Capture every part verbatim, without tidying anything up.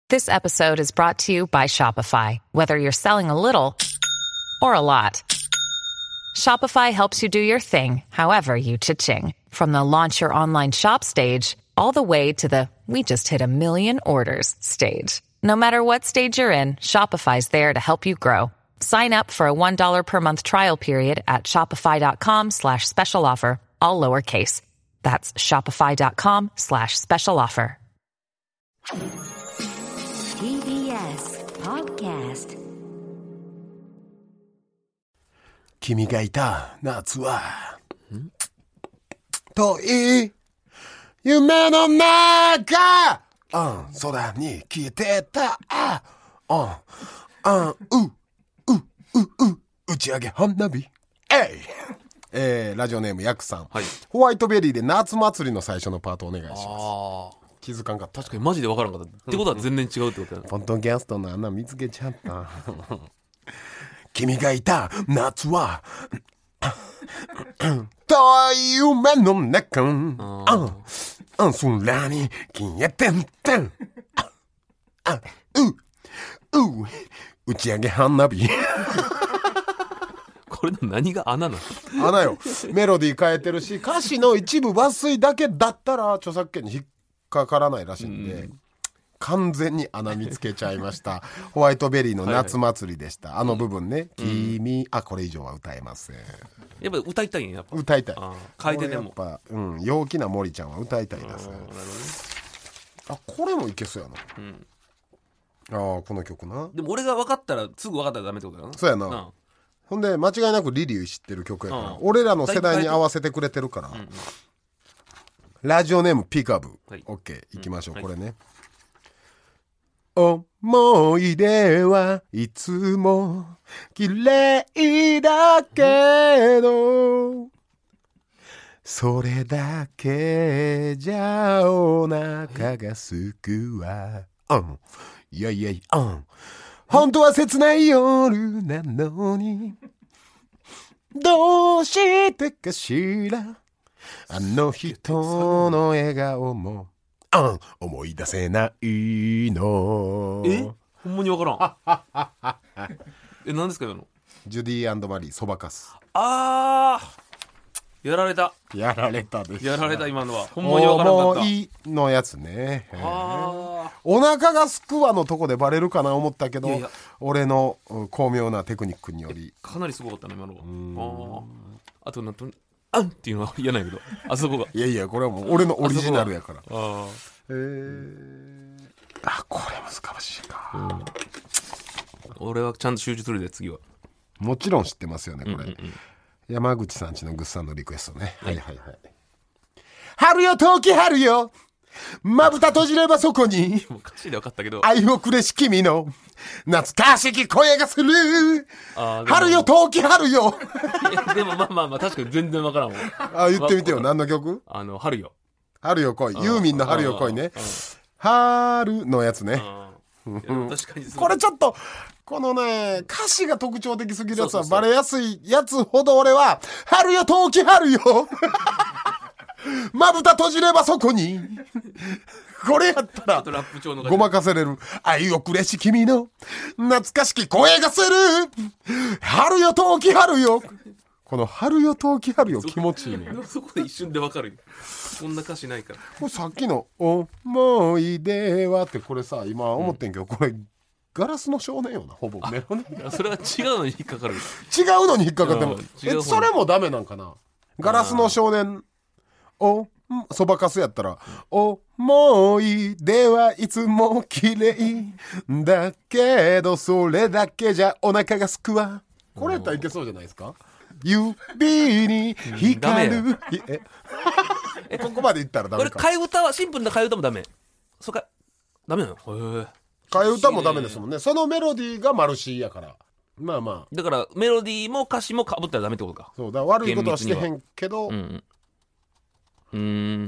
This episode is brought to you by Shopify. Whether you're selling a little or a lot, Shopify helps you do your thing, however you cha-ching. From the launch your online shop stage, all the way to the we just hit a million orders stage. No matter what stage you're in, Shopify's there to help you grow. Sign up for a one dollar per month trial period at shopify.com slash special offer, all lowercase. That's shopify.com slash special offer. ティービーエス Podcast。 君がいた夏は遠い夢の中、うん、空に消えてた、あ、うん、うん、う、う、う、う、打ち上げ花火、えい、えー、ラジオネームヤクさん、はい、ホワイトベリーで夏祭りの最初のパートお願いします。あ、気づかんかった。 確かにマジで分からんかったってことは全然違うってことだね。 ポッドキャストの穴見つけちゃった君がいた夏は遠い夢の中、うん、うん、空に消えてったあ、う、う、打ち上げ花火これの何が穴なの？ 穴よ。メロディー変えてるし、歌詞の一部抜粋だけだったら著作権に引っかからないらしいんで、うん、完全に穴見つけちゃいましたホワイトベリーの夏祭りでした、はいはい、あの部分ね、うん、君、あ、これ以上は歌えません。 やっぱ歌いたいんや。やっぱ歌いたい。 書いてでもやっぱ、うん、陽気な森ちゃんは歌いたいです。あ、あ、これもいけそうやな、うん、あ、この曲な。 でも俺が分かったらすぐ分かったらダメってことだな。 そうやな、うん、ほんで間違いなくリリー知ってる曲やから、うん、俺らの世代に合わせてくれてるから、うんうん、ラジオネームピカブ、はい、OK、 いきましょう、うん、これね、はい、思い出はいつも綺麗だけどそれだけじゃお腹がすくわ、うん、いやいやいや、うん、本当は切ない夜なのにどうしてかしらあの人の笑顔も、うん、思い出せないの。 え、ほんまにわからんえ、何ですか今の？ ジュディー&マリー、そばかす。 あー、やられたやられたでしょ。 やられた今のはほんまにわからんかった。 思いのやつね。あ、お腹がすくわのとこでバレるかな思ったけど、いやいや俺の巧妙なテクニックによりかなりすごかったね今のは。あ, あとなんとあんっていうのは嫌ないけど、あそこがいやいやこれはもう俺のオリジナルやから。ああ、えー、あ、これ難しいか、 うん、俺はちゃんと集中するで次は。 もちろん知ってますよねこれ、うんうんうん、山口さんちのグッさんのリクエストね、はい、はいはいはい。春よ遠き春よまぶた閉じればそこにもう歌詞で分かったけど愛をくれし君の懐かしき声がする。春よ遠き春よいやでもまあまあまあ確かに全然分からんもん。 あ、言ってみてよ。何の曲？ あの春よ春よ来い、ユーミンの春よ来いね。春のやつね。 確かにこれちょっとこのね歌詞が特徴的すぎるやつはバレやすいやつほど俺は春よ遠き春よまぶた閉じればそこにこれやったらごまかせれる。愛をくれし君の懐かしき声がする。春よ遠き春よ。この春よ遠き春よ気持ちいいね。 そこで一瞬でわかるよ。そんな歌詞ないから。 これさっきの思い出はってこれさ今思ってんけど、うん、これガラスの少年よなほぼメロね。 それは違うのに引っかかる。 違うのに引っかかってもえそれもダメなんかな。ガラスの少年おそばかすやったら思い出はいつも綺麗だけどそれだけじゃお腹がすくわ。これやったらいけそうじゃないですか。指に光る、うん、ええここまでいったらダメか。 これ替え歌はシンプルな替え歌もダメ。そうかダメなの。へえ。 替え歌もダメですもんね。そのメロディーがマルシーやからまあまあだからメロディーも歌詞もかぶったらダメってことか。 そうだ悪いことはしてへんけど、うんうん、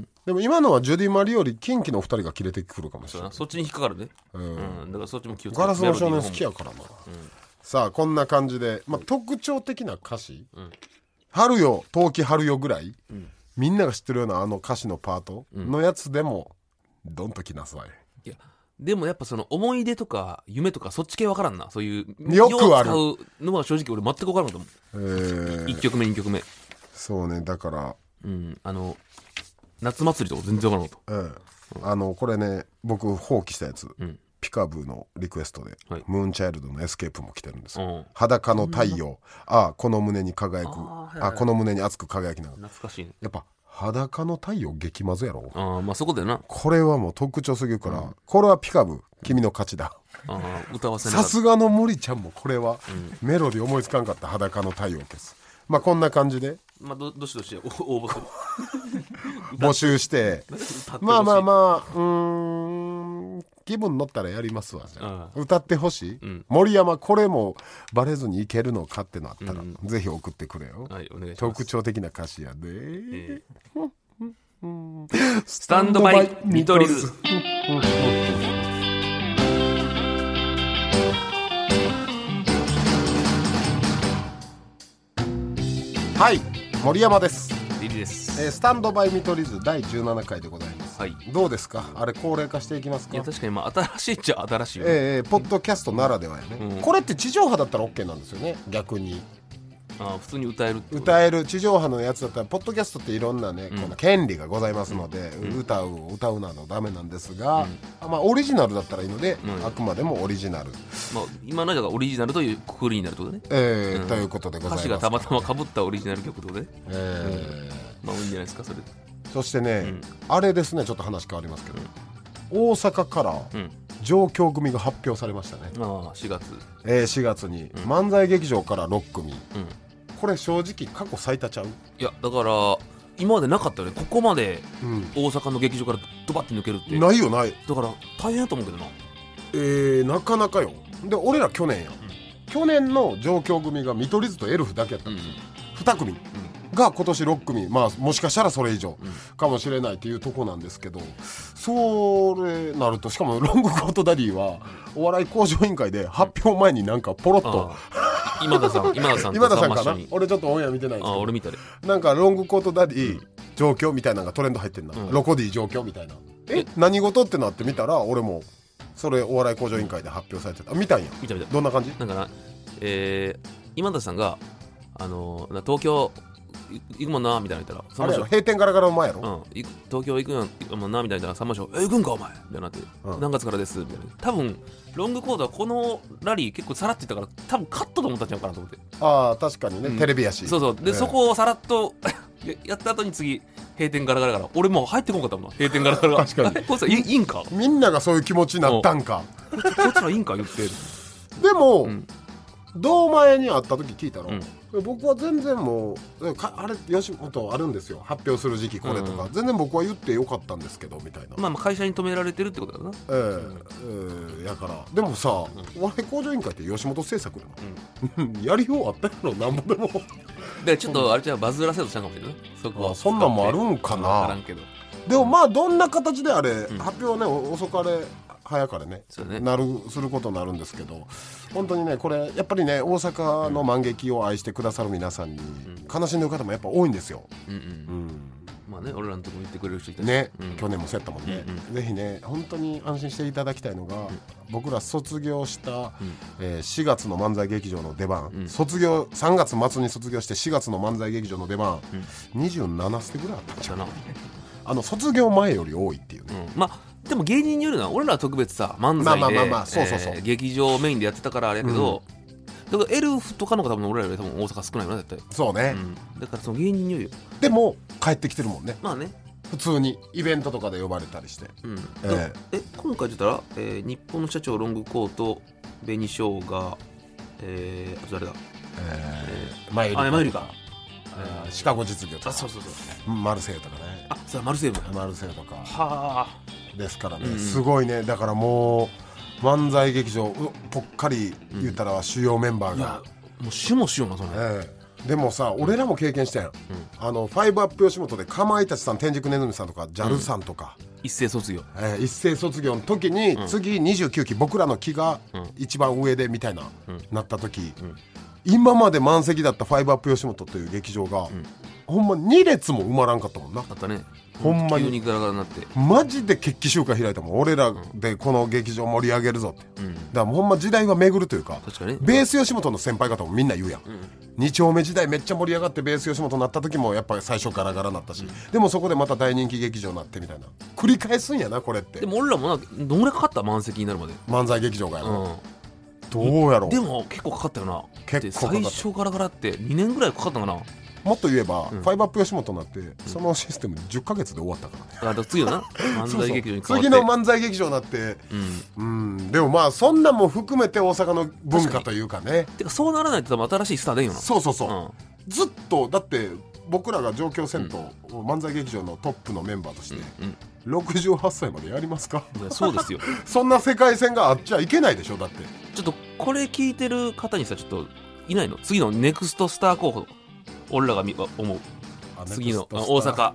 でも今のはジュディ・マリよりキンキのふたりが切れてくるかもしれない。 そ, そっちに引っかかるね、うんうん、だからそっちも気をつけて。 ガラスの少年好きやからな、うん、さあこんな感じで、まあ、特徴的な歌詞、うん、春よ冬季春よぐらい、うん、みんなが知ってるようなあの歌詞のパートのやつでも、うん、ドンときなさい。 いやでもやっぱその思い出とか夢とかそっち系わからんな。そういうよくあるよう使うのは正直俺全くわからんと思う。 えー、 いっきょくめにきょくめ。 そうね、だからうんあの夏祭りとか全然わからんと。 うん、あのこれね僕放棄したやつ、 うん、 ピカブーのリクエストで、はい、ムーンチャイルドのエスケープも来てるんですよ、うん、裸の太陽、うん、ああこの胸に輝く、あ、はいはい、あこの胸に熱く輝きながら。 懐かしいね。やっぱ裸の太陽激まずやろ。 あまあそこだよな。 これはもう特徴すぎるから、うん、これはピカブ君の勝ちだ。 あ歌わせさすがの森ちゃんもこれは、うん、メロディー思いつかんかった。裸の太陽を消す。まあこんな感じで、 まあ、ど, どしどし応募する募集してまあまあまあうーん気分乗ったらやりますわ。じゃああ歌ってほしい、うん、森山これもバレずにいけるのかってのあったら、うん、ぜひ送ってくれよ、 はい、お願いします。 特徴的な歌詞やで、えー、スタンドバイ見取り図はい、森山です。 リリです、 えー、スタンドバイ見取り図だいじゅうななかいでございます、はい、どうですかあれ高齢化していきますか。 いや確かにまあ新しいっちゃ新しいよ、ねえー、ポッドキャストならではやね、うん、これって地上波だったら OK なんですよね。逆にあ普通に歌えるって歌える地上波のやつだったらポッドキャストっていろんなね、うん、この権利がございますので、うん、歌う歌うなどダメなんですが、うん、まあオリジナルだったらいいので、うん、あくまでもオリジナル、 まあ、今のがオリジナルというくくりになるってことね、 えーうん、 ということでございます。 歌詞がたまたま被ったオリジナル曲ってことね、えーうん、まあいいんじゃないですかそれで。 そしてね、うん、あれですねちょっと話変わりますけど、うん、大阪から上京組が発表されましたね、 うん、あしがつ、 えー、しがつに、うん、漫才劇場からろっくみ、うんこれ正直過去最多ちゃう。 いやだから今までなかったよねここまで大阪の劇場からドバッて抜けるって、 うん、ないよない。 だから大変だと思うけどな。 えー、なかなかよ。で俺ら去年や、うん、去年の上京組が見取り図とエルフだけやったんですよ、うん、に組、うん、が今年ろっくみ、まあもしかしたらそれ以上かもしれないっていうとこなんですけど、それなるとしかもロングコートダディはお笑い向上委員会で発表前になんかポロッと、 うん、今田さん今田さん今田さんかな。俺ちょっとオンエア見てないんですけど、 あ俺見たでなんかロングコートダディ上京みたいなのがトレンド入ってんな、うん、ロコディ上京みたいな。え何事ってなって見たら俺もそれお笑い向上委員会で発表されてた。見たんや。 見た見た。 どんな感じなんかな、えー、今田さんがあのー、東京行くもんなみたいな言ったら、 あれやろ閉店ガラガラの前やろ、 うん、東京行くもんなみたいなさんましょえ行くんかお前みたいになって、うん、何月からですみたいな。多分ロングコードはこのラリー結構さらって言ったから多分カットと思ったんちゃうかなと思って。 ああ確かにね、うん、テレビやしそうそうで、えー、そこをさらっとやった後に次閉店ガラガラから俺もう入ってこんかったもんな閉店ガラガラ確かにこいつはいいんかみんながそういう気持ちになったんかこいつらいいんか言ってでも、うん、堂前に会った時聞いたら、うん、僕は全然もうあれ吉本あるんですよ発表する時期これとか、うん、全然僕は言ってよかったんですけどみたいな。 まあまあ会社に止められてるってことだな。 えーえー、やからでもさ、うん、お笑い向上委員会って吉本制作やな、うん、やりようあったやろなんぼでもでちょっとあれじゃバズらせようとしたかもしれないそこは。 そんなんもあるんかな。 分からんけどでもまあどんな形であれ、うん、発表はね遅かれ早かれ ね, ねなるすることになるんですけど本当にねこれやっぱりね大阪の満劇を愛してくださる皆さんに、うん、悲しんでる方もやっぱ多いんですよ、うんうんうん、 まあね俺らのとこ言ってくれる人いたしね、うん、去年もそうやったもんね、うんうん、ぜひね本当に安心していただきたいのが、うん、僕ら卒業した、うんえー、しがつの漫才劇場の出番、うん、卒業さんがつ末に卒業してしがつの漫才劇場の出番、うん、にじゅうななステぐらいあったんじゃないあの卒業前より多いっていうね、 うん、まあでも芸人によるのは俺らは特別さ漫才で劇場メインでやってたからあれやけど、うん、だからエルフとかの方が多分俺らより多分大阪少ないよな絶対。 そうね、 うん、だからその芸人によるよ。でも帰ってきてるもんね。 まあね普通にイベントとかで呼ばれたりして、うんえー、え今回言ったら、えー、日本の社長ロングコート紅生姜えー、あと誰だえー、マユリカマユリカシカゴ実業とかそうそうそうマルセイユとかねあそうマルセイユマルセイユとかはですからね、うん、すごいね。だからもう漫才劇場ぽっかり言ったら主要メンバーが、うん、いやもう主も主よなそれ、 えー、でもさ俺らも経験したやん、うん、あのファイブアップ吉本でかまいたちさん天竺ねずみさんとか ジャル さんとか、 うん、一斉卒業、 えー、一斉卒業の時に、うん、次にじゅうきゅうき僕らの期が一番上でみたいな、うん、なった時、うん、今まで満席だったファイブアップ吉本という劇場が、うんほんまに列も埋まらんかったもんな。 あったね。 ほんまに急にガラガラになって、 マジで決起集会開いたもん、俺らでこの劇場盛り上げるぞって、 うん、 だからほんま時代は巡るというか、 確かにベース吉本の先輩方もみんな言うやん、うん、に丁目時代めっちゃ盛り上がってベース吉本になった時もやっぱり最初ガラガラになったし、うん、でもそこでまた大人気劇場になってみたいな繰り返すんやなこれって。 でも俺らもなどんぐらいかかった？満席になるまで漫才劇場がやろ、うん、どうやろう。 でも結構かかったよな。結構最初ガラガラってにねんぐらいかかったかな。 もっと言えば、うん、ファイブアップ吉本になって、うん、そのシステムじゅっかげつで終わったからね。 あ、次のな漫才劇場に変わって次の漫才劇場になって、うん、うん、でもまあそんなんも含めて大阪の文化というかね。 てかそうならないと多分新しいスターでいいよな。 そうそうそう、うん、ずっとだって僕らが上京せんと、うん、漫才劇場のトップのメンバーとして、うんうん、ろくじゅうはっさいまでやりますか？ いやそうですよそんな世界線があっちゃいけないでしょ。だってちょっとこれ聞いてる方にさ、ちょっといないの？次のネクストスター候補、俺らが思う次の大阪。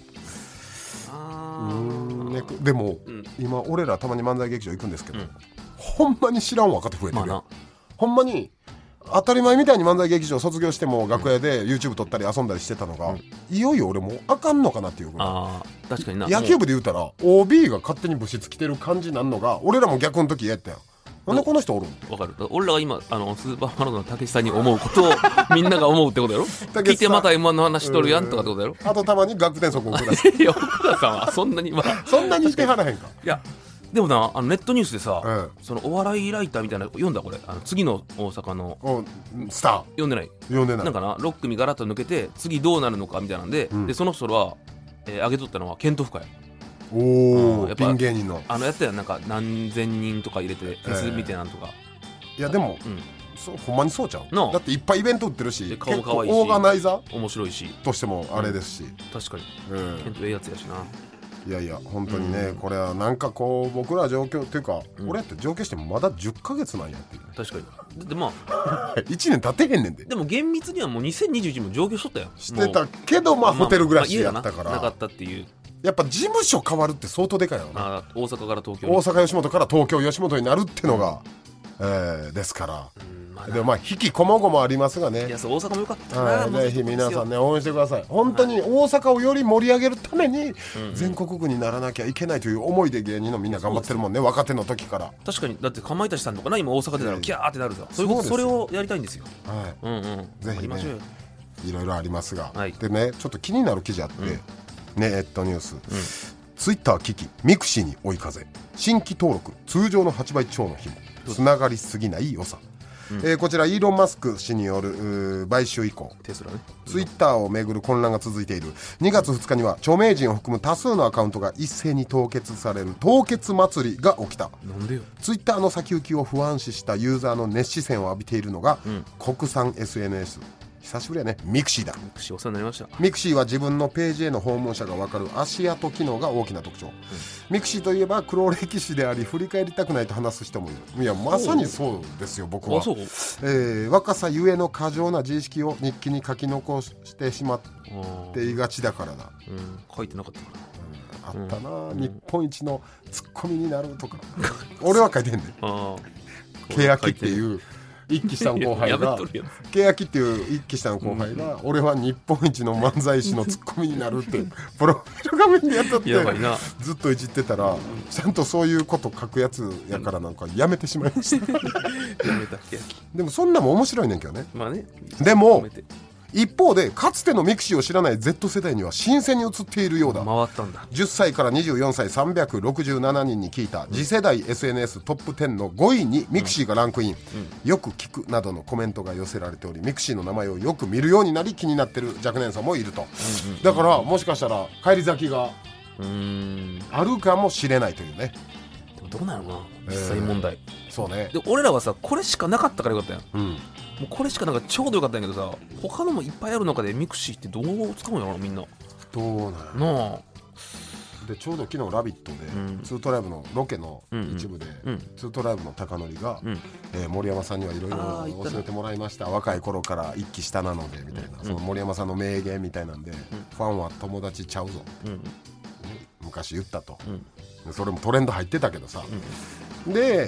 あー、ね、でも、うん、今俺らたまに漫才劇場行くんですけど、うん、ほんまに知らん若手増えてる、まあ、ほんまに当たり前みたいに漫才劇場卒業しても楽屋で YouTube 撮ったり遊んだりしてたのが、うん、いよいよ俺もうあかんのかなっていうぐらい。 あ、確かにな。 野球部で言うたら オービー が勝手に部室来てる感じなんのが俺らも逆の時やったやん。なんでこの人おるんって。 わかる。俺らが今あのスーパーマラドーのたけしさんに思うことをみんなが思うってことやろ聞いてまた エムワン の話しとるやんとかってことやろ。 あとたまに学天則奥田さんいや奥田さんはそんなに、まあ、 そんなにしてはらへんか。 いやでもな、あのネットニュースでさ、うん、そのお笑いライターみたいなの読んだ。これあの次の大阪のスター読んでない読んでないなんかな、ろっ組ガラッと抜けて次どうなるのかみたいなんで、うん、でその人は、えー、上げとったのはケントフカヤ。 おお、ピン芸人のあのやったやん、なんか何千人とか入れてフェスみたいなのとか、 えー、いやでも、うん、そうほんまにそうちゃうの。 だっていっぱいイベント売ってるし、 顔も可愛いし、 オーガナイザー面白いしとしてもあれですし、うん、 確かに、 うん、 ケントええやつやしな。 いやいや本当にね、うん、これはなんかこう僕ら上京っていうか、うん、俺やって上京してもまだじゅっかげつなんやっていう、ね、 確かに。だってまあいちねん経ってへんねんで。 でも厳密にはもうにせんにじゅういちも上京しとったよ。 してたけどまあホテル暮らしやったから、 まあまあ、なかったっていう。 やっぱ事務所変わるって相当でかいよな。 あ、大阪から東京、 大阪吉本から東京吉本になるってのが、うん、えー、ですから、うん、まあ、でもまあ引きこもごもありますがね。 いやそう大阪もよかったな、 はい、ぜひ皆さんね応援してください。本当に大阪をより盛り上げるために全国区にならなきゃいけないという思いで芸人のみんな頑張ってるもんね、若手の時から。 確かに。だってかまいたちさんとかな、今大阪でならキャーってなるぞ。そういうこと、それをやりたいんですよ。 はい、 うんうん、 ぜひねいろいろありますが、 はい、 でねちょっと気になる記事あって、うん、ねネットニュース、うん、ツイッター危機ミクシーに追い風、新規登録通常のはちばい超の日もつながりすぎない良さ、うん、えー、こちらイーロン・マスク氏による買収以降テスラね、 ツイッターをめぐる混乱が続いている。にがつふつかには著名人を含む多数のアカウントが一斉に凍結される凍結祭りが起きた。 なんでよ。 ツイッターの先行きを不安視したユーザーの熱視線を浴びているのが、うん、国産 エスエヌエス、久しぶりやね、ミクシーだ。 ミクシーお世話になりました。 ミクシーは自分のページへの訪問者が分かる足跡機能が大きな特徴、うん、ミクシーといえば黒歴史であり振り返りたくないと話す人もいる。いやまさにそうですよ。僕は、えー、若さゆえの過剰な自意識を日記に書き残してしまっていがちだからだ、 うん、書いてなかったかな、うん、あったな、うん、日本一のツッコミになるとか俺は書いてへんで、あ欅っていう一期下の後輩が欅っていう一期下の後輩が、うん、俺は日本一の漫才師のツッコミになるってプロフィール画面でやっとってやばいな、 ずっといじってたら、うん、ちゃんとそういうこと書くやつやからなんかやめてしまいましたやめた欅。 でもそんなも面白いねんけどね。 まあね、 でも一方でかつてのミクシーを知らない Z 世代には新鮮に映っているようだ。 回ったんだ。 じゅっさいからにじゅうよんさいさんびゃくろくじゅうななにんに聞いた次世代 エスエヌエス トップじゅうのごいにミクシーがランクイン、うん、よく聞くなどのコメントが寄せられており、ミクシーの名前をよく見るようになり気になってる若年層もいると、うんうんうん、だからもしかしたら帰り咲きがうーんあるかもしれないというね。 でもどうなるのかな実際問題、 えー、そうね。 で俺らはさこれしかなかったからよかったやん、うん、もうこれしかなんかちょうどよかったんやけどさ、他のもいっぱいある中でミクシーってどう使うんやろなみんな。 どうなんやなあ。 でちょうど昨日ラビットで、うん、ツートライブのロケの一部で、うんうん、ツートライブの高則が、うんえー、森山さんにはいろいろ教えてもらいました。若い頃から一期下なのでみたいな、うん、その森山さんの名言みたいなんで、うん、ファンは友達ちゃうぞ、うん、昔言ったと、うん、それもトレンド入ってたけどさ、うん、で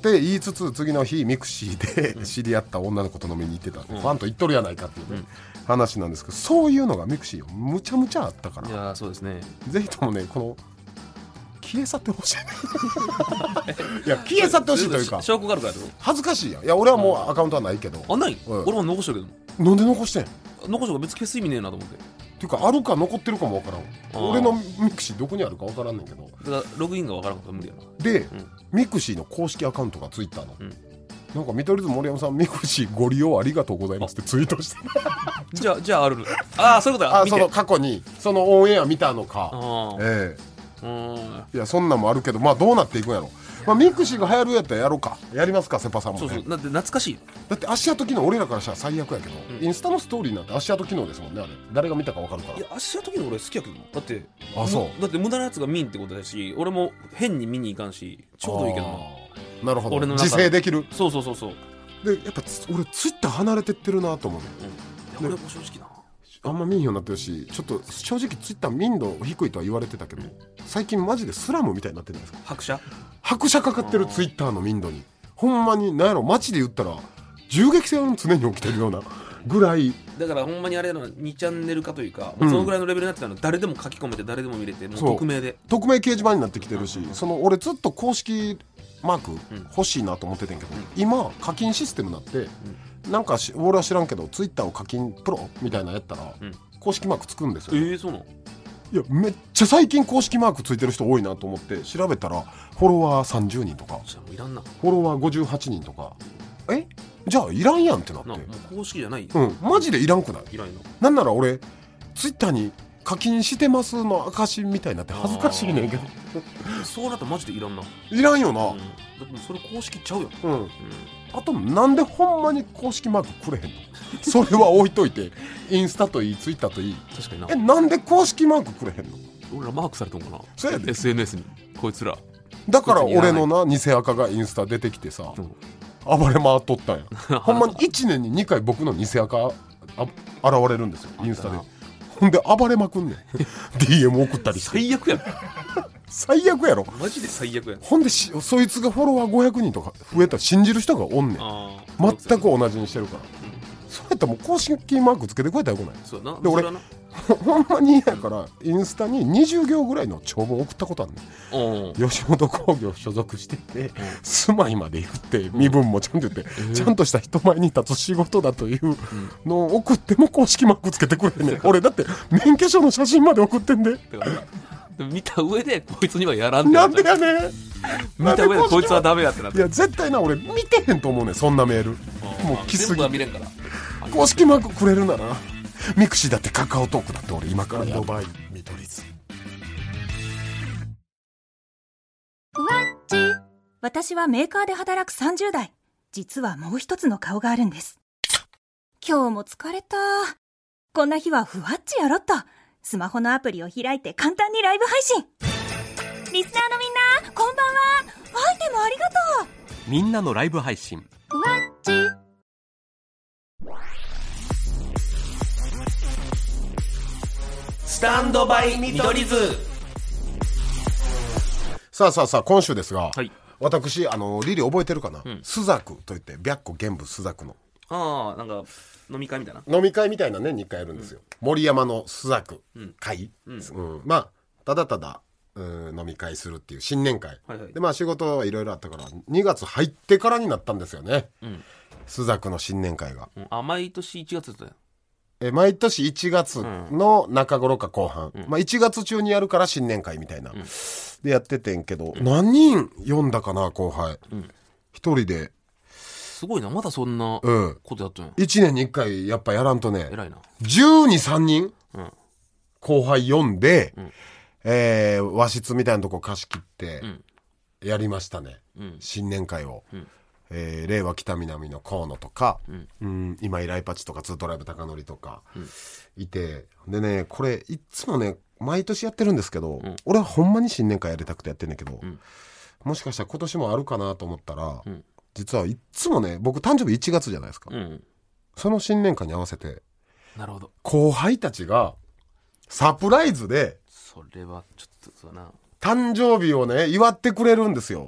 って言いつつ次の日ミクシーで知り合った女の子と飲みに行ってた、うん、ファンと言っとるやないかっていう、ねうん、話なんですけど、そういうのがミクシーむちゃむちゃあったから、 いやそうですね、 ぜひともねこの消え去ってほしいいや消え去ってほしいというか証拠があるから恥ずかしいやん。いや俺はもうアカウントはないけど、 あない、うん、俺も残してるけど。なんで残してん残してる別に消す意味ねえなと思ってっていうかあるか残ってるかもわからん。俺のミクシーどこにあるかわからんねんけど、 だからログインがわからんかったら無理やな。 で、うん、ミクシーの公式アカウントがツイッターの、うん、なんか見取り図森山さんミクシーご利用ありがとうございますってツイートしてじゃあじゃああるああそういうことだ。 あその過去にそのオンエア見たのか、ええうん、いやそんなんもあるけど、まあどうなっていくんやろ。まあ、ミクシーが流行るやったらやろうか。やりますかセパさんもね。 そうそうだって懐かしい。 だって足跡機能俺らからしたら最悪やけど、うん、インスタのストーリーなんて足跡機能ですもんね。あれ誰が見たか分かるから。 いや足跡機能俺好きやけどだってあそうだって無駄なやつが見んってことだし、俺も変に見に行かんしちょうどいいけどな。 なるほど、俺の自制できる。 そうそうそうそうでやっぱ俺ツイッター離れてってるなと思う、 うん、俺も正直なあんま見んようになってるし、ちょっと正直ツイッター民度低いとは言われてたけど、最近マジでスラムみたいになってるんですか。 拍車拍車かかってるツイッターの民度に。ほんまに何やろ街で言ったら銃撃戦は常に起きてるようなぐらいだからほんまにあれのにチャンネル化というか、うん、そのぐらいのレベルになってたの誰でも書き込めて誰でも見れてもう匿名で匿名掲示板になってきてるし、うん、その俺ずっと公式マーク欲しいなと思っててんけど、うん、今課金システムになって、うんなんか俺は知らんけどツイッターを課金プロみたいなやったら、うん、公式マークつくんですよ、ね、 えー、そうなの。 いやめっちゃ最近公式マークついてる人多いなと思って調べたらフォロワーさんじゅうにんとかじゃあいらんな。 フォロワーごじゅうはちにんとかえじゃあいらんやんってなってなもう公式じゃないよ。 うんマジでいらんくない。 いらんの。 なんなら俺ツイッターに課金してますの証みたいになって恥ずかしいねんけどそうなったらマジでいらんな。 いらんよな、 うん、だってそれ公式ちゃうよ、 うんうんあとなんでほんまに公式マークくれへんのそれは置いといてインスタといいツイッターといい確かにな。 えなんで公式マークくれへんの。 俺らマークされたのかな。 そうやでエスエヌエス にこいつらだから俺のな偽アカがインスタ出てきてさ、うん、暴れ回っとったんやほんまにいちねんににかい僕の偽アカあ現れるんですよインスタで。ほんで暴れまくんねんディーエム 送ったりして最悪やん最悪やろマジで最悪やん。 ほんでしそいつがフォロワーごひゃくにんとか増えたら信じる人がおんねん。全く同じにしてるから、うん、そうやったらもう公式マークつけてくれたらよくない。 そうなで俺ほんまに嫌やからインスタににじゅうぎょうぐらいの長文送ったことあるねん。吉本興業所属してて住まいまで言って身分もちゃんと言って、うん、ちゃんとした人前に立つ仕事だというのを送っても公式マークつけてくれんねん、うん、俺だって免許証の写真まで送ってんで見た上でこいつにはやらんってなったなんでやねん見た上でこいつはダメやってなって。 いや絶対な俺見てへんと思うねんそんなメール。もう来すぎ全部は見れんから公式マークくれるならミクシーだってカカオトークだって俺今からやる。バイ見取り図。 私はメーカーで働くさんじゅう代。実はもう一つの顔があるんです。今日も疲れた。こんな日はふわっちやろっとスマホのアプリを開いて簡単にライブ配信。リスナーのみんなこんばんは。アイテムありがとう。みんなのライブ配信ふわっち。 スタンドバイ見取り図。 さあさあさあ今週ですが、 はい、 私あのリリー覚えてるかな、うん、スザクといって白虎玄武スザクのああなんか飲み会みたいな飲み会みたいなねにかいやるんですよ、うん、森山のスザク会、うんうんうん、まあただただうん飲み会するっていう新年会、はいはい、でまあ仕事いろいろあったからにがつ入ってからになったんですよね、うん、スザクの新年会が、 うん、あ毎年いちがつだよ。 え毎年いちがつの中頃か後半、うんまあ、いちがつ中にやるから新年会みたいな、うん、でやっててんけど、うん、何人呼んだかな後輩、うん、ひとりですごいなまだそんなことやってんの、 うん、いちねんにいっかいやっぱやらんとね偉いなじゅうに、さんにん、うん、後輩呼んで、うんえー、和室みたいなとこ貸し切ってやりましたね、うん、新年会を、うんえー、令和北南の河野とか、うんうん、今井ライパチとかツートライブ高則とか、うん、いてでねこれいつもね毎年やってるんですけど、うん、俺はほんまに新年会やりたくてやってんねんけど、うん、もしかしたら今年もあるかなと思ったら、うん、実はいつもね僕誕生日いちがつじゃないですか、うん、その新年会に合わせてなるほど後輩たちがサプライズでそれはちょっとそうだな誕生日をね祝ってくれるんですよ。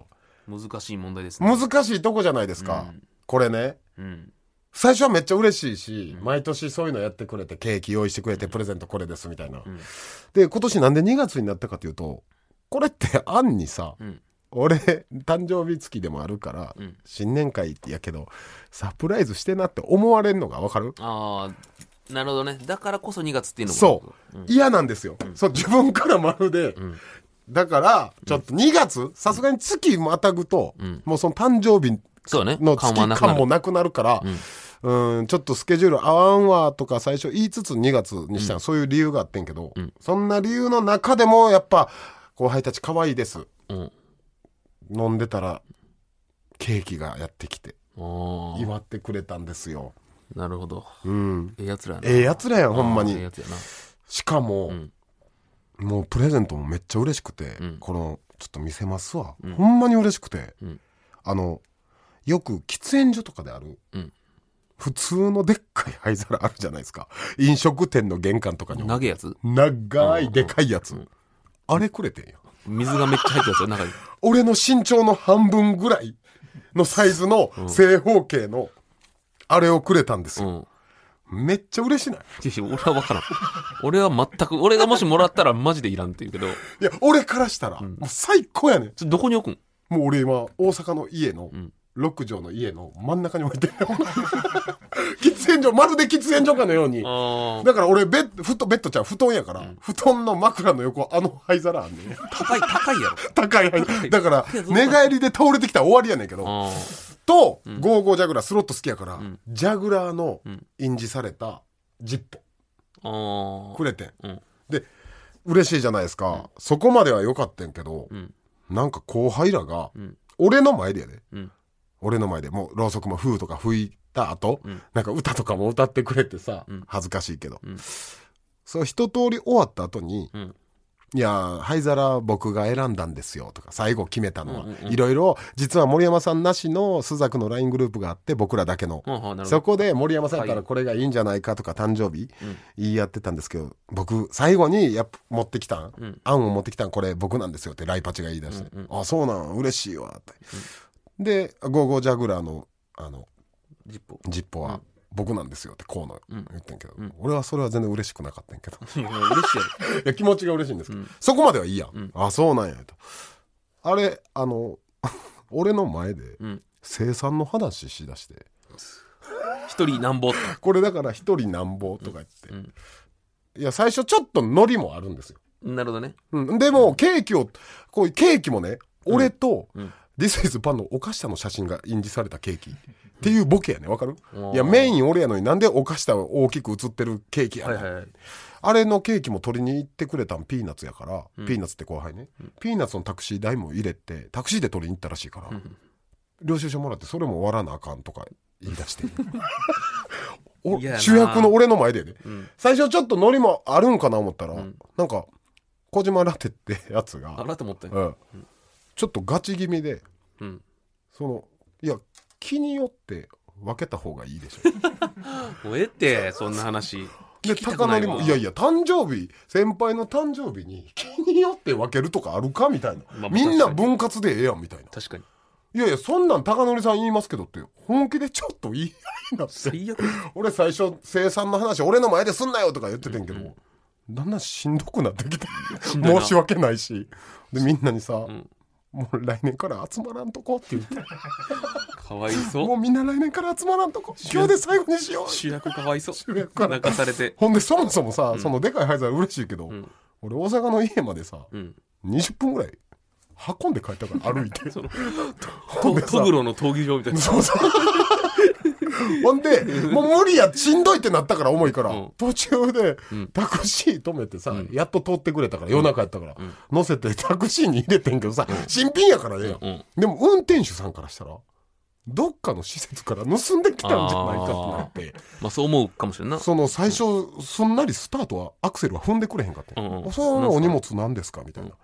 難しい問題ですね。 難しいとこじゃないですか、うん、これね、 うん、 最初はめっちゃ嬉しいし、うん、毎年そういうのやってくれてケーキ用意してくれてプレゼントこれですみたいな、うん、で今年なんでにがつになったかというとこれって案にさ、うん、俺誕生日月でもあるから、うん、新年会ってやけどサプライズしてなって思われるのが分かる？ ああなるほどね。だからこそにがつっていうのもそう、うん、嫌なんですよ、うん、そう自分からまるで、うん、だからちょっとにがつさすがに月またぐと、うん、もうその誕生日の月間もなくなるから、うん、うんちょっとスケジュール合わんわとか最初言いつつにがつにしたらそういう理由があってんけど、うん、そんな理由の中でもやっぱ後輩たち可愛いです、うん、飲んでたらケーキがやってきて祝ってくれたんですよ。 なるほど、 うん、 ええやつらやな。 ええやつらやんほんまに。 ええやつやな。 しかも、うん、もうプレゼントもめっちゃ嬉しくて、うん、このちょっと見せますわ、うん、ほんまに嬉しくて、うん、あのよく喫煙所とかである、うん、普通のでっかい灰皿あるじゃないですか。飲食店の玄関とかに長いやつ長いでかいやつ、うん、あれくれてんよ。 水がめっちゃ入ってるやつよ中に。 俺の身長の半分ぐらいのサイズの正方形のあれをくれたんですよ、うん、めっちゃ嬉しない？ 俺は分からん。俺は全く俺がもしもらったらマジでいらんって言うけど、いや俺からしたら、うん、もう最高やねん。 ちょどこに置くん？ もう俺今大阪の家の、うんろく畳の家の真ん中に置いてる喫煙所まるで喫煙所かのように。だから俺ベッドふとベッドちゃう布団やから、うん、布団の枕の横あの灰皿あんねん。 高い高いやろ。 高い灰皿だから寝返りで倒れてきたら終わりやねんけどと、うん、ゴーゴージャグラースロット好きやから、うん、ジャグラーの印字されたジッポくれてん、うん、で嬉しいじゃないですか、うん、そこまでは良かったんけど、うん、なんか後輩らが、うん、俺の前でやで、うん俺の前でもうろうそくもフーとか吹いた後、うん、なんか歌とかも歌ってくれてさ、うん、恥ずかしいけど、うん、そう一通り終わった後に、うん、いや灰皿僕が選んだんですよとか最後決めたのは、うんうんうん、いろいろ実は森山さんなしのスザクの ライン グループがあって僕らだけの、うん、そこで森山さんからこれがいいんじゃないかとか誕生日、はい、言い合ってたんですけど僕最後にやっぱ持ってきたん、うん、案を持ってきたんこれ僕なんですよってライパチが言い出して、うんうん、あそうなん嬉しいわって、うんでゴーゴージャグラーのあのジッポジッポは僕なんですよってこうの言ってんけど、うん、俺はそれは全然嬉しくなかったんけどいや嬉しいやろ。 いや気持ちが嬉しいんですけど、うん、そこまではいいやん、うん、あそうなんやとあれあの俺の前で生産の話しだして一人なんぼこれだから一人なんぼとか言って、うん、いや最初ちょっとノリもあるんですよ。 なるほどね、 うん、でもケーキをこういうケーキもね俺と、うんうんThis is パンのお菓子の写真が印字されたケーキっていうボケやねわかる？いやメイン俺やのになんでお菓子は大きく写ってるケーキやねん、はいはいはい、あれのケーキも取りに行ってくれたんピーナッツやから、うん、ピーナッツって後輩ね、うん、ピーナッツのタクシー代も入れてタクシーで取りに行ったらしいから、うん、領収書もらってそれも終わらなあかんとか言い出してお主役の俺の前でね、うん、最初ちょっとノリもあるんかな思ったら、うん、なんか小島ラテってやつがあラテ持ってん、 うんうんちょっとガチ気味で、うん、そのいや気によって分けた方がいいでしょもうええってそんな話で高典もいやいや誕生日先輩の誕生日に気によって分けるとかあるかみたいな、まあ、みんな分割でええやんみたいな。 確かにいやいやそんなん高典さん言いますけどって本気でちょっと言い合いなって最悪俺最初生産の話俺の前ですんなよとか言っててんけど、うんうん、だんだんしんどくなってきて申し訳ないしでみんなにさ、うんもう来年から集まらんとこって言ってかわいそうもうみんな来年から集まらんとこ今日で最後にしよう主役かわいそう主役から泣かされてほんでそもそもさ、うん、そのでかい灰皿嬉しいけど、うん、俺大阪の家までさ、うん、にじゅっぷんぐらい運んで帰ったから歩いてそのトグロの闘技場みたいなそうそうほんでもう無理やしんどいってなったから重いから、うん、途中でタクシー止めてさ、うん、やっと通ってくれたから夜中やったから、うん、乗せてタクシーに入れてんけどさ、うん、新品やからね、うん、でも運転手さんからしたらどっかの施設から盗んできたんじゃないかってなってまあそう思うかもしれんな。 その最初、うん、すんなりスタートはアクセルは踏んでくれへんかって、うんうん、そのお荷物なんですかみたいな、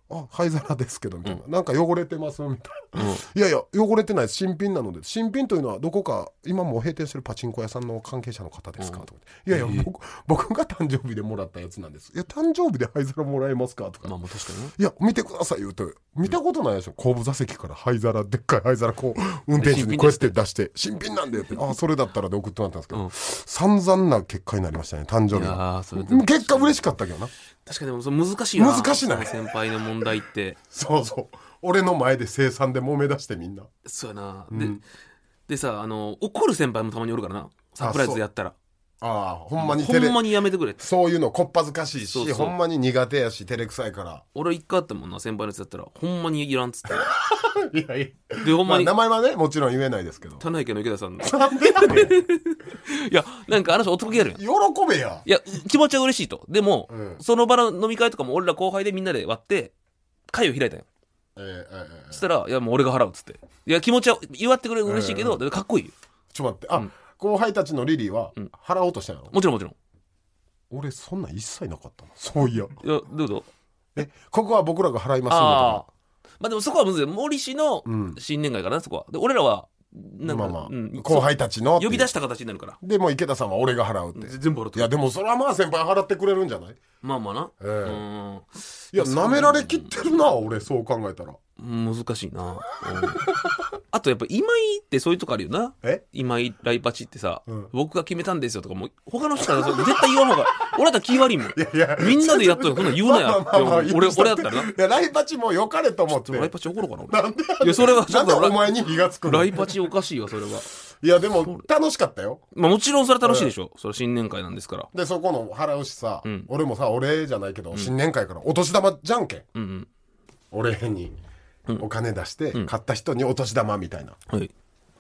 あ灰皿ですけどみたいな、うん、なんか汚れてますみたいな、うん、いやいや汚れてない新品なので、新品というのはどこか今もう閉店してるパチンコ屋さんの関係者の方ですか、うん、とかいやいや、えー、僕, 僕が誕生日でもらったやつなんです。いや誕生日で灰皿もらえますかとか、まあ、まあ確かに、ね、いや見てください言うと見たことないでしょ、うん、後部座席から灰皿でっかい灰皿こう運転手にこうやって出して新品なんでってあそれだったらで送ってもらったんですけど、うん、散々な結果になりましたね誕生日が。結果嬉しかったけどな。 確かにでも難しいな、 難しいな先輩の問題ってそうそう俺の前で生産で揉め出してみんなそうやな、うん、で, でさあの怒る先輩もたまにおるからなサプライズでやったらああほんまにほんまにやめてくれってそういうのこっぱずかしいしそうそうほんまに苦手やし照れくさいから俺一回あったもんな先輩のやつやったらほんまにいらんっつっていやいやでほんまに、まあ、名前はねもちろん言えないですけど棚池の池田さんのなんでやねんいやなんかあの人男気あるやん喜べやいや気持ちは嬉しいとでも、うん、その場の飲み会とかも俺ら後輩でみんなで割って会を開いたよ、えーえーえー、そしたらいやもう俺が払うっつっていや気持ちは祝ってくれる嬉しいけど、えー、かっこいいよ。 ちょっと待ってあ、うん後輩たちのリリーは払おうとしたんやろ、 うん、もちろんもちろん俺そんなん一切なかったのそういやいやどうぞえここは僕らが払いますんでとかあまあでもそこはむずい森氏の新年会かな、うん、そこはで俺らはなんか、まあまあうん、 後輩たちの呼び出した形になるからでも池田さんは俺が払うって全部払っていやでもそれはまあ先輩払ってくれるんじゃないまあまあな、えー、 うんいや舐められきってるな俺そう考えたら難しいな、うん、あとやっぱ今井ってそういうとこあるよなえ今井ライパチってさ、うん、僕が決めたんですよとかもう他の人から絶対言わん方が俺だったら気悪いもんいやいやみんなでやっとるこんなん言うなやって俺俺やったらないやライパチも良かれと思ってライパチ怒ろうかな俺なんでいやそれはちょっとなんでお前に火がつくのライパチおかしいわそれはいやでも楽しかったよ、 まあ、もちろんそれは楽しいでしょ、うん、それ新年会なんですからでそこの払うしさ、うん、俺もさ俺じゃないけど、うん、新年会からお年玉じゃんけん、うんうん、俺にお金出して買った人にお年玉みたいな、うんはい、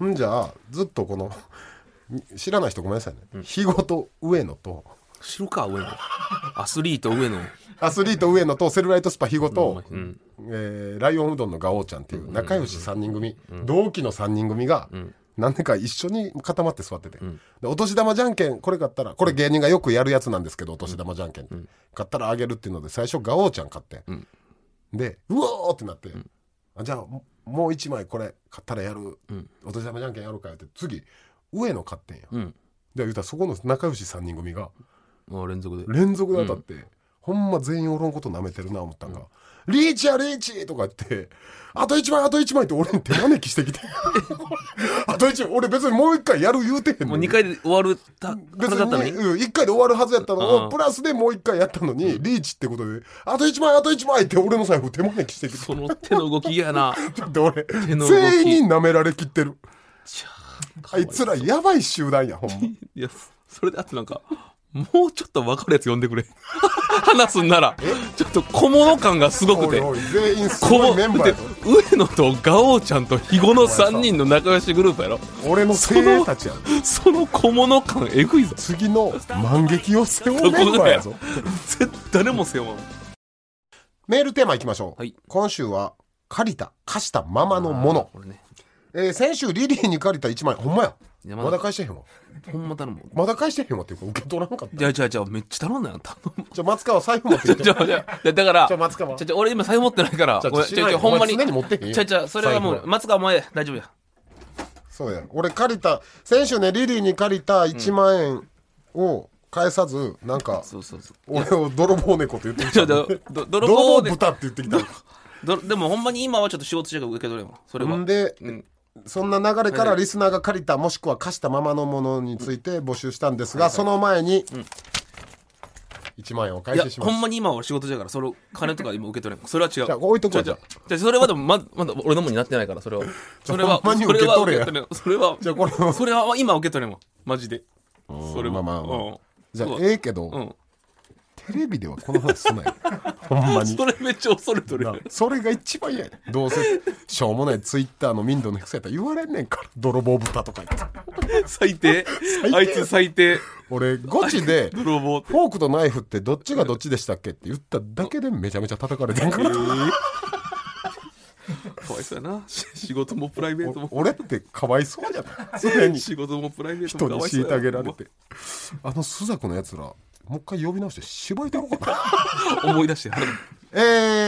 んじゃあずっとこの知らない人ごめんなさいね、うん、日ごと上野と知るか上野アスリート上野アスリート上野とセルライトスパ日ごと、うんえー、ライオンうどんのガオーちゃんっていう仲良しさんにん組、うん、同期のさんにん組が、うん何年か一緒に固まって座ってて、うん、でお年玉じゃんけんこれ買ったらこれ芸人がよくやるやつなんですけどお年玉じゃんけん、うん、買ったらあげるっていうので最初ガオーちゃん買って、うん、でうおーってなって、うん、あじゃあもう一枚これ買ったらやる、うん、お年玉じゃんけんやるかって次上野買ってんや、うん、で言うたらそこの仲良しさんにん組が連続で連続で当たって、うん、ほんま全員俺のこと舐めてるな思ったんが、うんリーチやリーチとか言ってあといちまいあといちまいって俺に手招きしてきてあといちまい俺別にもういっかいやる言うてへんのにもうにかいで終わるた別に、うん、いっかいで終わるはずやったのをプラスでもういっかいやったのに、うん、リーチってことであといちまいあといちまいって俺の財布手招きしてきてその手の動き嫌やなで俺全員に舐められきってるあいつらやばい集団やほんまいやそれであとなんかもうちょっと分かるやつ呼んでくれ話すんならちょっと小物感がすごくておいおい全員すごいメンバーや上野とガオーちゃんと肥後のさんにんの仲良しグループやろ俺の精鋭たちやろその小物感えぐいぞ次の万劇を背負うメンバーやぞ絶対も背負わんメールテーマいきましょう、はい、今週は借りた貸したままのもの、ねえー、先週リリーに借りたいちまいほんまやまだ、まだ返してへんわほんま頼むまだ返してへんわっていうか受け取らんかったじゃあじゃあじゃあめっちゃ頼んだよ頼むじゃあ松川財布持ってきてじゃあじゃあだからじゃあ松川じゃあ俺今財布持ってないからじゃあじゃあほんまに常に持ってへんよじゃあじゃあそれはもう松川前大丈夫やそうや俺借りた先週ねリリーに借りたいちまんえんを返さず、うん、なんかそうそうそう俺を泥棒猫って言ってきた泥棒豚って言ってきたでもほんまに今はちょっと仕事しか受け取れんわそれはんで、うんそんな流れからリスナーが借りたもしくは貸したままのものについて募集したんですが、その前にいちまんえんを返してしまう。 いやほんまに今は仕事じゃからそれ金とか今受け取れんそれは違う。 じゃあ置いとこう。じゃあそれはでもまだまだ俺のもになってないからそれはそれはそれは受け取れやそれはじゃあこれそれは今受け取れんわマジでそれはまあまあ、まあ、じゃあええけど、うんテレビではこの話すなよほんまにそれめっちゃ恐れとるそれが一番嫌やどうせしょうもないツイッターの民度の低さやったら言われんねんから泥棒豚とか言って最低あいつ最低俺ゴチでフォークとナイフってどっちがどっちでしたっけって言っただけでめちゃめちゃ叩かれてんから、えーかわいそうやな仕事もプライベートも俺ってかわいそうじゃない常に仕事もプライベートもかわいそうや人に虐げられてあのスザクのやつらもう一回呼び直して芝居だろうかな思い出してえー、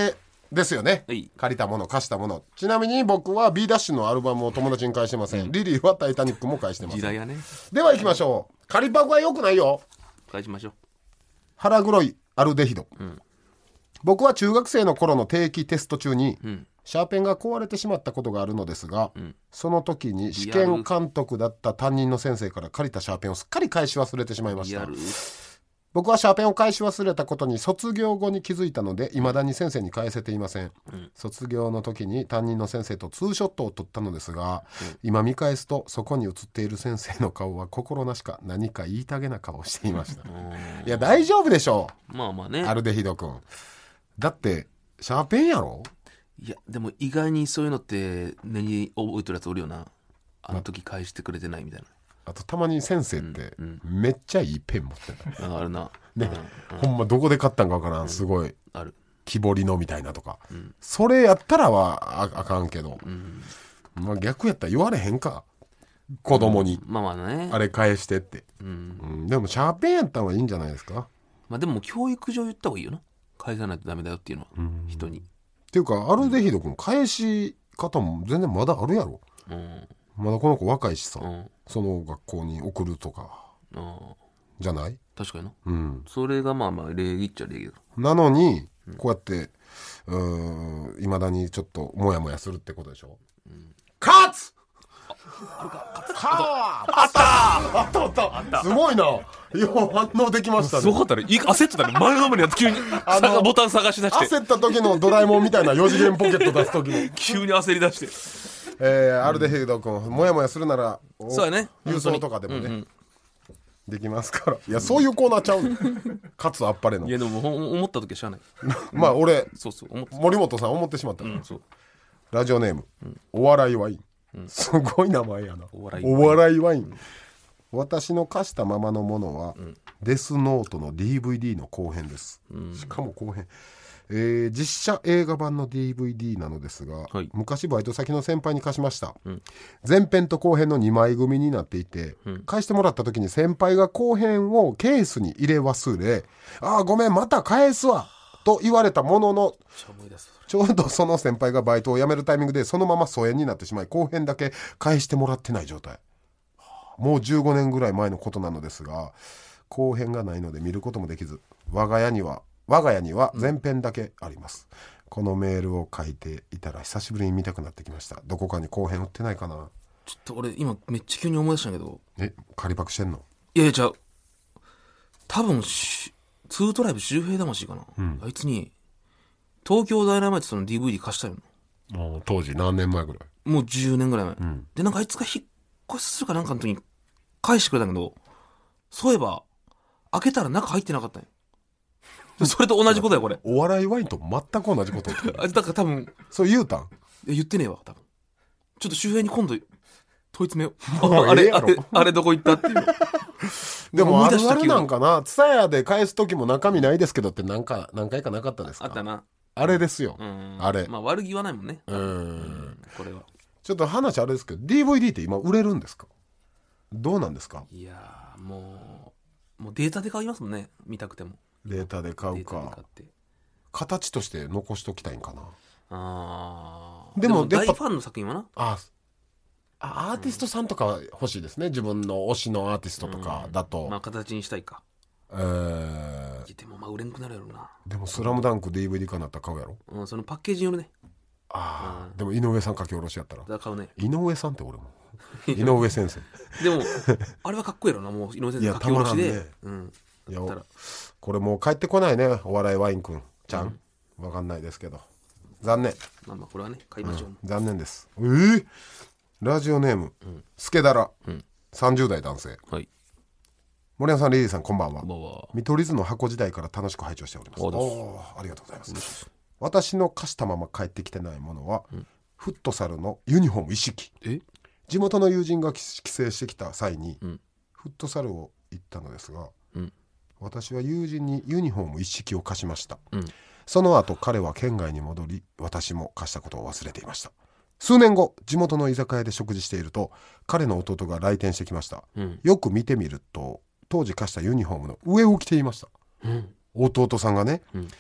ですよね、 はい、 借りたもの貸したもの。ちなみに僕は B ダッシュのアルバムを友達に返してません、うん、リリーはタイタニックも返してません。 時代やね。 では行きましょう。借りパクは良くないよ。 返しましょう。 腹黒いアルデヒド、 うん、 僕は中学生の頃の定期テスト中に、 うん、 シャーペンが壊れてしまったことがあるのですが、うん、その時に試験監督だった担任の先生から借りたシャーペンをすっかり返し忘れてしまいました。僕はシャーペンを返し忘れたことに卒業後に気づいたので未だに先生に返せていません、うん、卒業の時に担任の先生とツーショットを撮ったのですが、うん、今見返すとそこに写っている先生の顔は心なしか何か言いたげな顔をしていましたいや大丈夫でしょう。 まあまあね、 アルデヒド君だってシャーペンやろ。 いやでも意外にそういうのって根に覚えてるやつおるよな。あの時返してくれてないみたいな。 あとたまに先生ってめっちゃいいペン持ってた、 うんうん、あるな、 ね、うん、ほんまどこで買ったんかわからん、すごい、うん、 ある木彫りのみたいなとか、うん、それやったらは あ, あかんけど、うん、まあ、逆やったら言われへんか子供に、 うん、まあまあね、 あれ返してって、うんうん、でもシャーペンやった方がいいんじゃないですか。 まあでも教育上言った方がいいよな、返さないとダメだよっていうのは、うん、人にっていうかアルデヒド君返し方も全然まだあるやろ、うん、まだこの子若いしさ、うん、その学校に送るとか、うん、じゃない。 確かにな、 うん、 それがまあまあ礼儀っちゃ礼儀だ。 なのに、うん、こうやっていまだにちょっとモヤモヤするってことでしょ、うん、勝つあったあったあったあったすごいな、よう反応できましたね。 すごかったね、焦ってたね、前のめりやって急にあのボタン探し出して焦った時のドラえもんみたいなよ次元ポケット出す時の急に焦り出して、 えー、アルデヒド君もやもやするならそうやね、 郵送とかでもね、うんうん、できますから。いやそういうコーナーちゃうのかつあっぱれの。 いやでも思った時はしゃあないまあ俺そうそう思って森本さん思ってしまった、うん、 そうラジオネーム、うん、お笑いワイン、うん、すごい名前やな、お笑いワイン、お笑いワイン、うん、私の貸したままのものは、うん、デスノートの ディーブイディー の後編です、うん、しかも後編、えー、実写映画版の ディーブイディー なのですが、はい、昔バイト先の先輩に貸しました、うん、前編と後編のにまい組になっていて、うん、貸してもらった時に先輩が後編をケースに入れ忘れ、あーごめんまた返すわと言われたものの、ちょうどその先輩がバイトを辞めるタイミングでそのまま疎遠になってしまい後編だけ返してもらってない状態。もうじゅうごねんぐらい前のことなのですが後編がないので見ることもできず、我が家には我が家には前編だけあります、うん、このメールを書いていたら久しぶりに見たくなってきました。どこかに後編売ってないかな。 ちょっと俺今めっちゃ急に思い出したんだけど。 え仮パクしてんの。 いやいやじゃあ多分ツートライブ周平魂かな、うん、あいつに東京ダイナマイトの ディーブイディー 貸したよな。当時何年前ぐらい。 もうじゅうねんぐらい前、うん、でなんかあいつが引っ越しするかなんかの時に返してくれたけど、そういえば開けたら中入ってなかったんよそれと同じことやこれ。 お笑いワインと全く同じことあいつだから多分そう言うたん。 言ってねえわ多分。ちょっと周平に今度問い詰めようあれあれあれどこ行ったっていうでもあるあるなんかな、ツタヤで返す時も中身ないですけどってなんか何回かなかったですか。 あったな。 あれですよ、あれ。 まあ悪気はないもんね。うん、うん、これはちょっと話あれですけど ディーブイディー って今売れるんですか、どうなんですか。 いやもうもうデータで買いますもんね、見たくても。 データで買うか形として残しときたいんかな。 あでも大ファンの作品はな、 あアーティストさんとかは欲しいですね、自分の推しのアーティストとかだと、 うん、まあ形にしたいか。 えー、 でもまあ売れんくなるやろな。 でもスラムダンク ディーブイディー 化になったら買うやろ、 うん、そのパッケージによるね。 ああ、うん、でも井上さん書き下ろしやったらだ買うね。 井上さんって俺も井上先生でもあれはかっこいいやろな、もう井上先生書き下ろしで。いやたまらんね、うん、いやこれもう帰ってこないね、お笑いワインくんちゃん、うん、わかんないですけど残念。 まあまあこれはね買いましょう、うん、 残念です。えー、ラジオネーム、うん、スケダラ、うん、さんじゅう代男性。はい。森山さん、リリーさん、こんばんは。見取り図の箱時代から楽しく拝聴しております。おありがとうございます。私の貸したまま帰ってきてないものは、うん、フットサルのユニフォーム一式。え地元の友人が帰省してきた際に、うん、フットサルを行ったのですが、うん、私は友人にユニフォーム一式を貸しました、うん、その後彼は県外に戻り、私も貸したことを忘れていました。数年後、地元の居酒屋で食事していると彼の弟が来店してきました、うん、よく見てみると当時貸したユニフォームの上を着ていました、うん、弟さんがね、うん、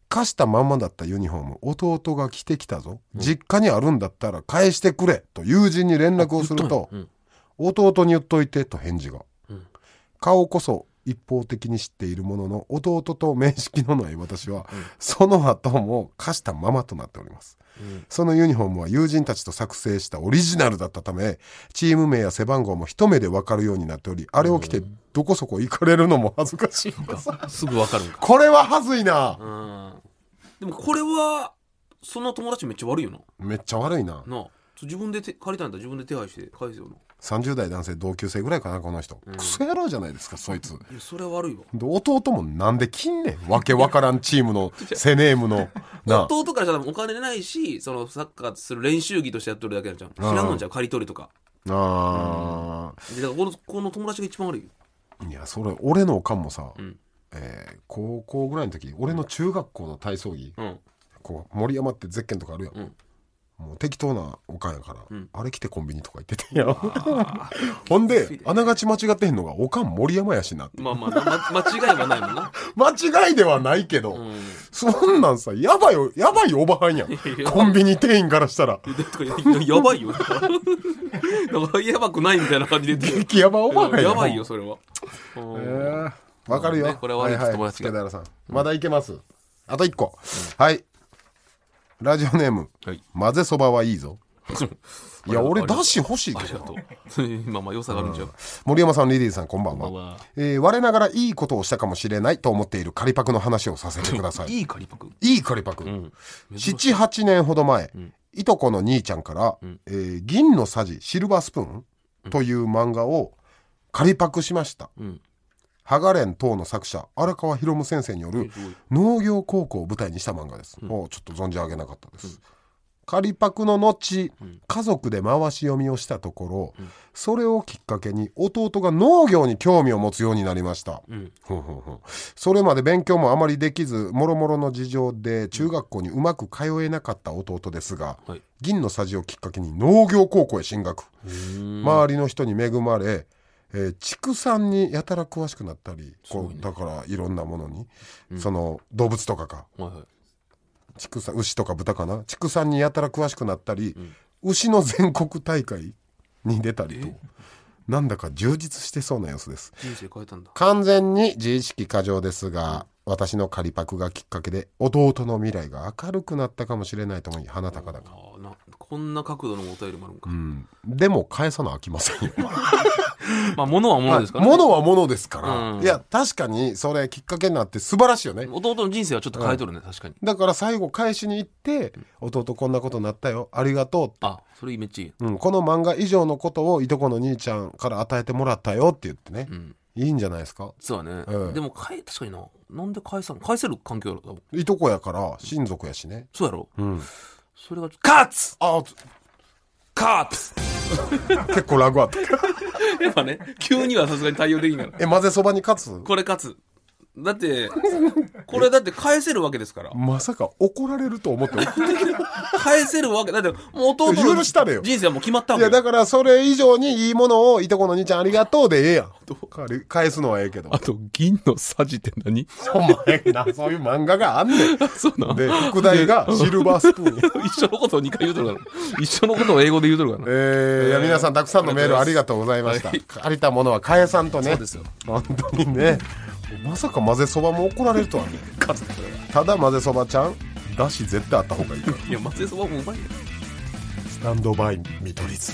貸したまんまだったユニフォーム弟が着てきたぞ、うん、実家にあるんだったら返してくれと友人に連絡をすると、うん、弟に言っといてと返事が、うん、顔こそ一方的に知っているものの弟と面識のない私は、うん、その後も貸したままとなっております、うん、そのユニフォームは友人たちと作成したオリジナルだったためチーム名や背番号も一目で分かるようになっており、あれを着てどこそこ行かれるのも恥ずかしいすぐ分かるんか。 これは恥ずいな。 うん、でもこれはその友達めっちゃ悪いよな。 めっちゃ悪いな。 なあ自分で借りたんだ自分で手配して返すよな。 さんじゅう代男性同級生ぐらいかなこの人、うん、クソ野郎じゃないですかそいつ。いやそれは悪いわ。 で弟もなんで金ねんわけわからんチームのセネームのな弟からしたらお金ないしそのサッカーする練習着としてやっとるだけなんじゃん。知らんのんじゃん借り取りとか。ああ、うん、でだからこの、この友達が一番悪いよ。 いやそれ俺のおかんもさ、うんえー、高校ぐらいの時俺の中学校の体操着、うん、こう森山ってゼッケンとかあるやん、うんもう適当なおかんやから、うん、あれ着てコンビニとか行っててやほんであながち間違ってへんのがおかん森山やしなって。 まあまあ、ま、間違いはないもんな間違いではないけど、うん、そんなんさやばいよやばいおばはんやんコンビニ店員からしたらやばいよだからやばくないみたいな感じで激ヤバおばはんやん。 やばいよそれは。 えー、わかるよ、ね、 これは悪い友達が、 はいはい、さんまだいけます、うん、あといっこ、うん、はいラジオネーム、はい、混ぜそばはいいぞいや俺だし欲しいけどまあまあ良さがあるんじゃん。 森山さんリリーさんこんばんは、はえー、我ながらいいことをしたかもしれないと思っている仮パクの話をさせてくださいいい仮パクいい仮パク、うん、ななはちねんほど前、うん、いとこの兄ちゃんから、うんえー、銀のさじシルバースプーン、うん、という漫画を仮パクしました、うんハガレン等の作者荒川博夢先生による農業高校を舞台にした漫画です、うん、ちょっと存じ上げなかったです、うん、仮パクの後、うん、家族で回し読みをしたところ、うん、それをきっかけに弟が農業に興味を持つようになりました、うん、ほんほんほんそれまで勉強もあまりできずもろもろの事情で中学校にうまく通えなかった弟ですが、うんはい、銀のさじをきっかけに農業高校へ進学、周りの人に恵まれえー、畜産にやたら詳しくなったり、こう、ね、だからいろんなものに、うん、その動物とかか、はいはい、畜産牛とか豚かな畜産にやたら詳しくなったり、うん、牛の全国大会に出たりとなんだか充実してそうな様子です。 人生変えたんだ。 完全に自意識過剰ですが、うん、私の仮パクがきっかけで弟の未来が明るくなったかもしれないと思い鼻高々。 なこんな角度のお便りもあるんか、 うん、でも返さな飽きませんよまあ物は物ですからね、物は物ですから、うん、いや確かにそれきっかけになって素晴らしいよね。 弟の人生はちょっと変えとるね、うん、確かに。 だから最後返しに行って、うん、弟こんなことになったよありがとうって、 あそれめっちゃいい、 うん、この漫画以上のことをいとこの兄ちゃんから与えてもらったよって言ってね、うん、いいんじゃないですか。 そうだね、うん、でも返確かにななんで返さん返せる環境やろ。 いとこやから親族やしね。 そうやろ、うん、それがカツあカツ結構ラグあったやっぱね急にはさすがに対応できんから。 え混ぜそばにカツこれカツだってこれだって返せるわけですから。 まさか怒られると思って返せるわけだってもう弟の人生はもう決まったわけ。 いやだからそれ以上にいいものをいとこの兄ちゃんありがとうでええやん。返すのはええけど。 あと銀のさじって何お前なそういう漫画があんねんそうなんで副題がシルバースプーン一緒のことをにかい言うとるから一緒のことを英語で言うとるからな。 えー、いや皆さんたくさんのメールありがとうございました、はい、借りたものは返さんとね。 そうですよ本当にね。まさか混ぜそばも怒られるとはね。ただ混ぜそばちゃんだし絶対あった方がいいからいや混ぜそばもうまいよ。 スタンドバイ見取り図。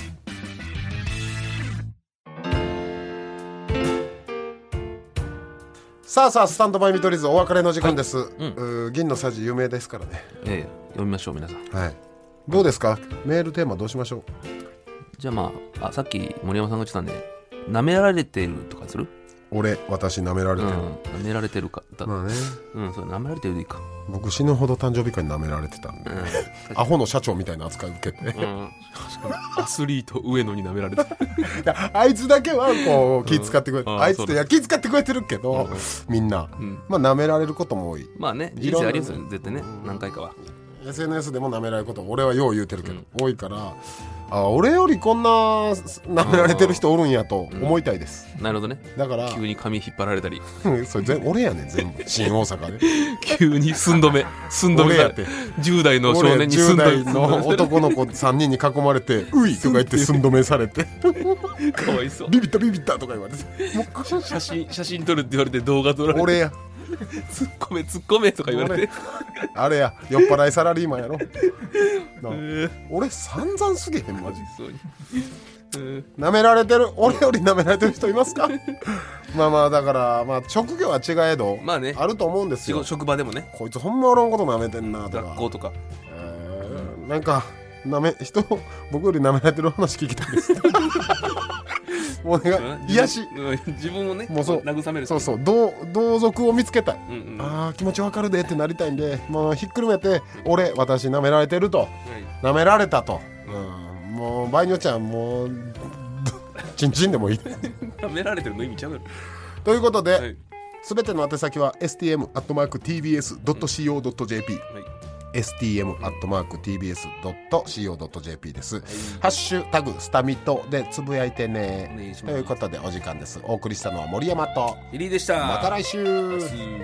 さあさあスタンドバイ見取り図お別れの時間です、はいうん、銀のさじ有名ですからね、 ええ、読みましょう皆さん、 はい、どうですかメールテーマどうしましょう。 じゃあまあ、あさっき森山さんが言ってたんで舐められてるとかする。 俺私舐められてる、うん、 舐められてるかだまあねうんそれ舐められてるでいいか。 僕死ぬほど誕生日会に舐められてたんで、うん、アホの社長みたいな扱い受けて、うん、 アスリート上野に舐められてあいつだけはこう気使ってくれて、うん、あいつっていや気使ってくれてるけど、うん、みんな、うん、まあ舐められることも多い。 まあね人生ありますよね絶対ね、うん、何回かは。 エスエヌエス でも舐められること俺はよう言うてるけど、うん、多いからあ俺よりこんな舐められてる人おるんやと思いたいです、 うん、なるほどね。 だから急に髪引っ張られたりそれ全俺やねん全部新大阪で急に寸止め寸止めされてじゅう代の少年に寸止めじゅう代の男の子さんにんに囲まれてういとか言って寸止めされてかわいそう。 ビビったビビったとか言われてもう写真写真撮るって言われて動画撮られて俺や突っ込め突っ込めとか言われてあれや酔っ払いサラリーマンやろな、えー、俺散々すげへんマジそうに、えー、舐められてる俺より舐められてる人いますかまあまあだからまあ職業は違えど、まあね、あると思うんですよ。 職場でもねこいつほんま俺のこと舐めてんなとか学校とか、 えー、なんか舐め人僕より舐められてる話聞きたいですもうね癒し自分をねもうそう慰めるそうそう同同族を見つけたい、うんうん、あ気持ちわかるでってなりたいんでもうひっくるめて俺私舐められてると、はい、舐められたと、うん、もう場合によっちゃもうチンチンでもいい舐められてるの意味ちゃうよということで、はい、全ての宛先は エスティーエム アットマーク ティービーエス ドット シーオー ドット ジェーピー、はいエスティーエム アットマーク ティービーエス ドット シーオー ドット ジェーピー です、はい、ハッシュタグスタミトでつぶやいてねということでお時間です。お送りしたのは森山とリリーでした。 また来週。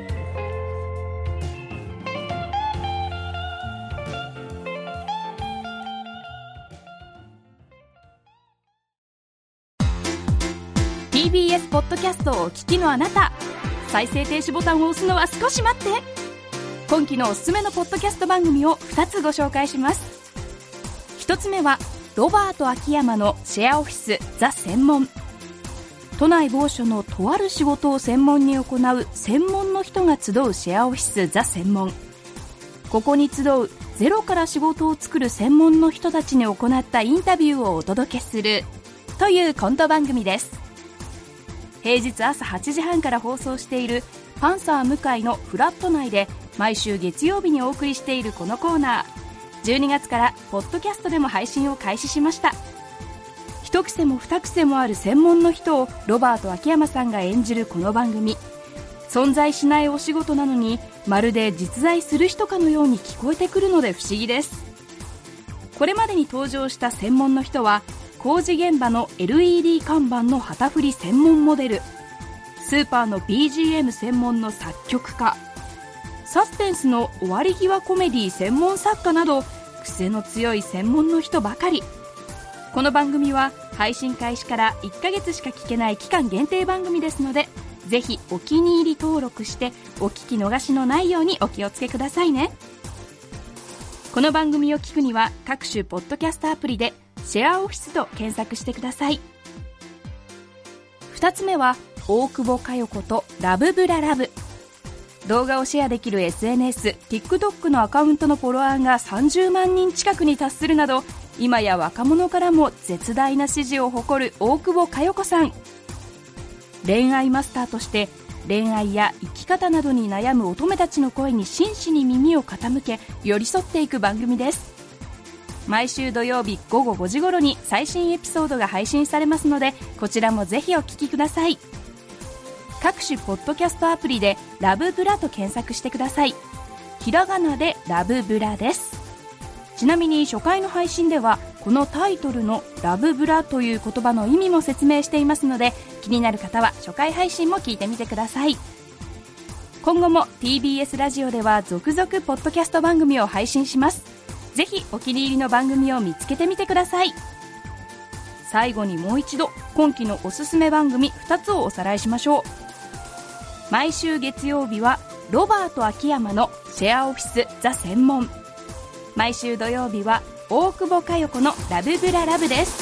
ティービーエス ポッドキャストをお聞きのあなた、再生停止ボタンを押すのは少し待って。今期のおすすめのポッドキャスト番組をふたつご紹介します。ひとつめはロバート秋山のシェアオフィスザ専門。都内某所のとある仕事を専門に行う専門の人が集うシェアオフィスザ専門。ここに集うゼロから仕事を作る専門の人たちに行ったインタビューをお届けするというコント番組です。平日朝はちじはんから放送しているパンサー向井のフラット内で毎週月曜日にお送りしているこのコーナー、じゅうにがつからポッドキャストでも配信を開始しました。一癖も二癖もある専門の人をロバート秋山さんが演じるこの番組、存在しないお仕事なのにまるで実在する人かのように聞こえてくるので不思議です。これまでに登場した専門の人は工事現場の エルイーディー 看板の旗振り専門モデル、スーパーの ビージーエム 専門の作曲家、サスペンスの終わり際コメディ専門作家など癖の強い専門の人ばかり。この番組は配信開始からいっかげつしか聞けない期間限定番組ですので、ぜひお気に入り登録してお聞き逃しのないようにお気をつけくださいね。この番組を聞くには各種ポッドキャストアプリでシェアオフィスと検索してください。ふたつめは大久保佳代子とラブブララブ。動画をシェアできる エスエヌエス、TikTok のアカウントのフォロワーがさんじゅうまんにん近くに達するなど、今や若者からも絶大な支持を誇る大久保佳代子さん。恋愛マスターとして恋愛や生き方などに悩む乙女たちの声に真摯に耳を傾け寄り添っていく番組です。毎週土曜日ごごごじ頃に最新エピソードが配信されますので、こちらもぜひお聞きください。各種ポッドキャストアプリでラブブラと検索してください。ひらがなでラブブラです。ちなみに初回の配信ではこのタイトルのラブブラという言葉の意味も説明していますので、気になる方は初回配信も聞いてみてください。今後も ティービーエス ラジオでは続々ポッドキャスト番組を配信します。ぜひお気に入りの番組を見つけてみてください。最後にもう一度今期のおすすめ番組ふたつをおさらいしましょう。毎週月曜日はロバート秋山のシェアオフィスザ専門。毎週土曜日は大久保佳代子のラブブララブです。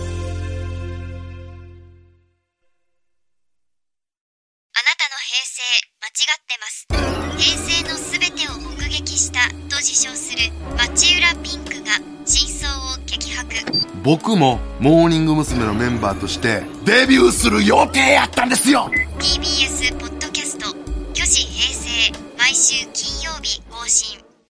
あなたの平成間違ってます。平成のすべてを目撃したと自称する町浦ピンクが真相を激白。 僕もモーニング娘。のメンバーとしてデビューする予定やったんですよ。 ティービーエス ポッドキャスト虚子平成、毎週金曜日更新。